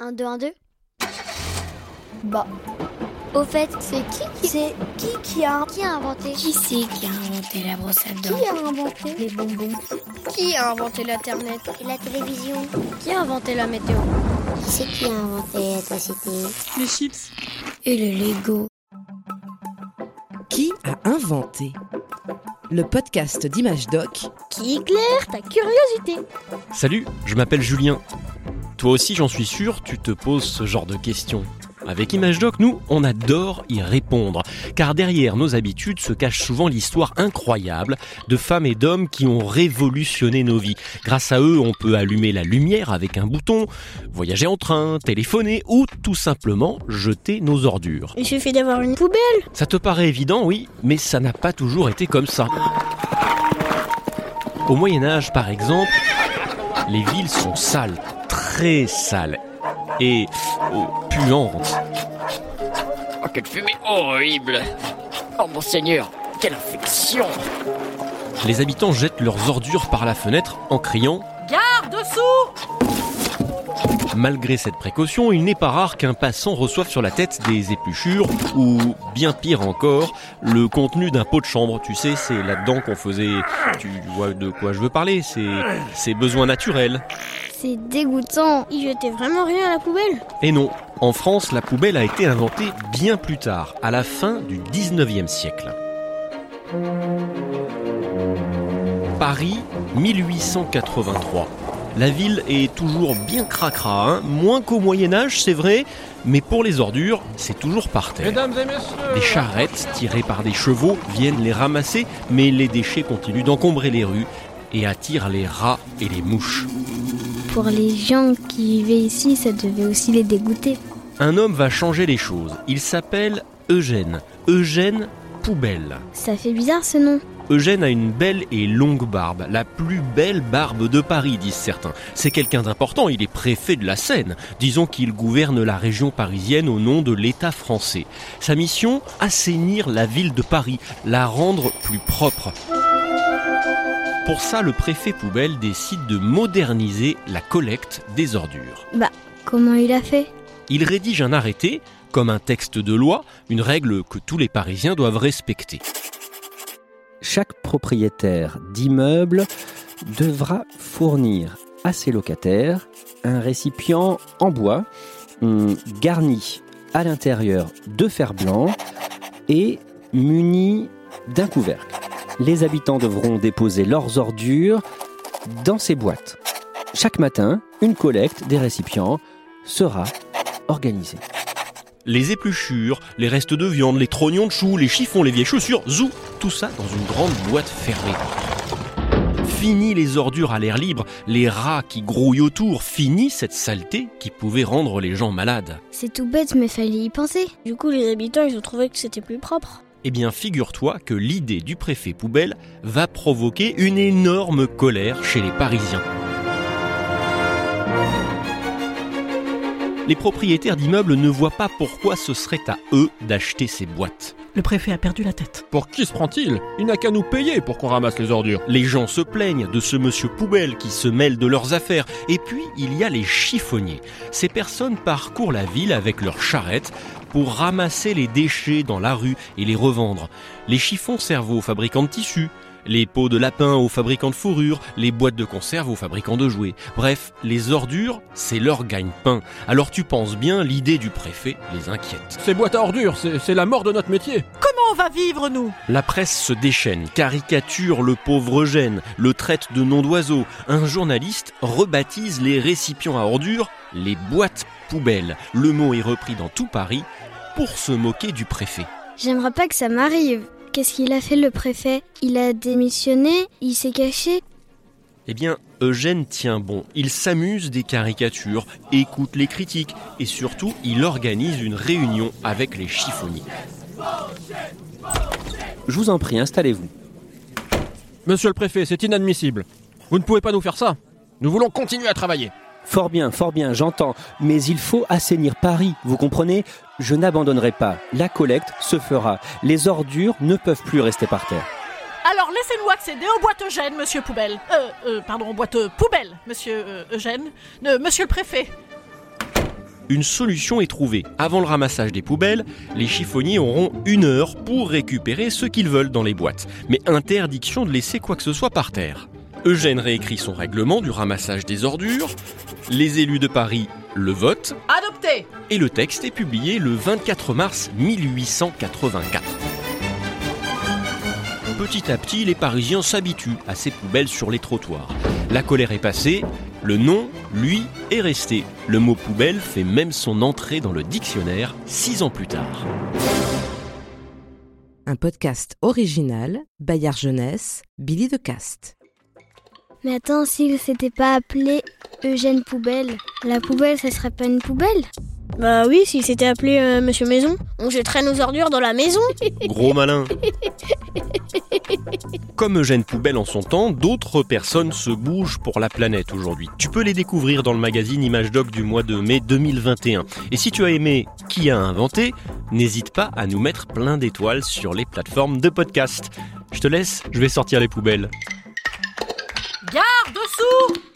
1, 2, 1, 2. Bah, Au fait, c'est qui a inventé qui c'est qui a inventé la brosse à dents? Qui a inventé Les bonbons? Qui a inventé l'internet Et la télévision? Qui a inventé la météo Qui c'est qui a inventé l'électricité? Les chips. Et le Lego? Qui a inventé? Le podcast d'Image Doc Qui éclaire ta curiosité. Salut, je m'appelle Julien. Toi aussi, j'en suis sûr, tu te poses ce genre de questions. Avec Image Doc, nous, on adore y répondre, car derrière nos habitudes se cache souvent l'histoire incroyable de femmes et d'hommes qui ont révolutionné nos vies. Grâce à eux, on peut allumer la lumière avec un bouton, voyager en train, téléphoner ou tout simplement jeter nos ordures. Il suffit d'avoir une poubelle. Ça te paraît évident, oui, mais ça n'a pas toujours été comme ça. Au Moyen-Âge, par exemple, les villes sont sales, très sales. Et puante. Oh, quelle fumée horrible! Oh mon Seigneur, quelle infection! Les habitants jettent leurs ordures par la fenêtre en criant « Garde dessous! » Malgré cette précaution, il n'est pas rare qu'un passant reçoive sur la tête des épluchures ou, bien pire encore, le contenu d'un pot de chambre. Tu sais, c'est là-dedans qu'on faisait... Tu vois de quoi je veux parler, c'est besoins naturels. C'est dégoûtant. Ils jetaient vraiment rien à la poubelle. Et non, en France, la poubelle a été inventée bien plus tard, à la fin du 19e siècle. Paris, 1883. La ville est toujours bien cracra, hein, moins qu'au Moyen-Âge, c'est vrai, mais pour les ordures, c'est toujours par terre. Mesdames et messieurs, Des charrettes tirées par des chevaux viennent les ramasser, mais les déchets continuent d'encombrer les rues et attirent les rats et les mouches. Pour les gens qui vivaient ici, ça devait aussi les dégoûter. Un homme va changer les choses. Il s'appelle Eugène. Eugène Poubelle. Ça fait bizarre ce nom. Eugène a une belle et longue barbe, la plus belle barbe de Paris, disent certains. C'est quelqu'un d'important, il est préfet de la Seine. Disons qu'il gouverne la région parisienne au nom de l'État français. Sa mission, assainir la ville de Paris, la rendre plus propre. Pour ça, le préfet Poubelle décide de moderniser la collecte des ordures. Comment il a fait? Il rédige un arrêté, comme un texte de loi, une règle que tous les Parisiens doivent respecter. Chaque propriétaire d'immeuble devra fournir à ses locataires un récipient en bois garni à l'intérieur de fer blanc et muni d'un couvercle. Les habitants devront déposer leurs ordures dans ces boîtes. Chaque matin, une collecte des récipients sera organisée. Les épluchures, les restes de viande, les trognons de choux, les chiffons, les vieilles chaussures, tout ça dans une grande boîte fermée. Fini les ordures à l'air libre, les rats qui grouillent autour, fini cette saleté qui pouvait rendre les gens malades. C'est tout bête, mais fallait y penser. Du coup, les habitants, ils ont trouvé que c'était plus propre. Eh bien, figure-toi que l'idée du préfet Poubelle va provoquer une énorme colère chez les Parisiens. Les propriétaires d'immeubles ne voient pas pourquoi ce serait à eux d'acheter ces boîtes. le préfet a perdu la tête. Pour qui se prend-il? Il n'a qu'à nous payer pour qu'on ramasse les ordures. Les gens se plaignent de ce monsieur Poubelle qui se mêle de leurs affaires. Et puis, il y a les chiffonniers. Ces personnes parcourent la ville avec leurs charrettes pour ramasser les déchets dans la rue et les revendre. Les chiffons servent aux fabricants de tissus, les peaux de lapin aux fabricants de fourrure, les boîtes de conserve aux fabricants de jouets. Bref, les ordures, c'est leur gagne-pain. Alors tu penses bien, l'idée du préfet les inquiète. Ces boîtes à ordures, c'est la mort de notre métier. Comment on va vivre, nous? La presse se déchaîne, caricature le pauvre Eugène, le traite de nom d'oiseau. Un journaliste rebaptise les récipients à ordures les boîtes poubelles. Le mot est repris dans tout Paris pour se moquer du préfet. J'aimerais pas que ça m'arrive. Qu'est-ce qu'il a fait le préfet? Il a démissionné? Il s'est caché? Eh bien, Eugène tient bon. Il s'amuse des caricatures, écoute les critiques et surtout, il organise une réunion avec les chiffonniers. Je vous en prie, installez-vous. Monsieur le préfet, c'est inadmissible. Vous ne pouvez pas nous faire ça. Nous voulons continuer à travailler. Fort bien, j'entends. Mais il faut assainir Paris, vous comprenez? Je n'abandonnerai pas. La collecte se fera. Les ordures ne peuvent plus rester par terre. Alors laissez-nous accéder aux boîtes Eugène, monsieur Poubelle. Boîte poubelle, monsieur Eugène. Monsieur le préfet. Une solution est trouvée. Avant le ramassage des poubelles, les chiffonniers auront 1 heure pour récupérer ce qu'ils veulent dans les boîtes. Mais interdiction de laisser quoi que ce soit par terre. Eugène réécrit son règlement du ramassage des ordures. Les élus de Paris le votent. Adopté. Et le texte est publié le 24 mars 1884. Petit à petit, les Parisiens s'habituent à ces poubelles sur les trottoirs. La colère est passée, le nom, lui, est resté. Le mot poubelle fait même son entrée dans le dictionnaire 6 ans plus tard. Un podcast original, Bayard Jeunesse, Billy de Cast. Mais attends, s'il s'était pas appelé Eugène Poubelle, la poubelle, ça serait pas une poubelle ? Bah oui, s'il s'était appelé Monsieur Maison, on jetterait nos ordures dans la maison. Gros malin. Comme Eugène Poubelle en son temps, d'autres personnes se bougent pour la planète aujourd'hui. Tu peux les découvrir dans le magazine Image Doc du mois de mai 2021. Et si tu as aimé Qui a inventé, n'hésite pas à nous mettre plein d'étoiles sur les plateformes de podcast. Je te laisse, je vais sortir les poubelles. Garde dessous.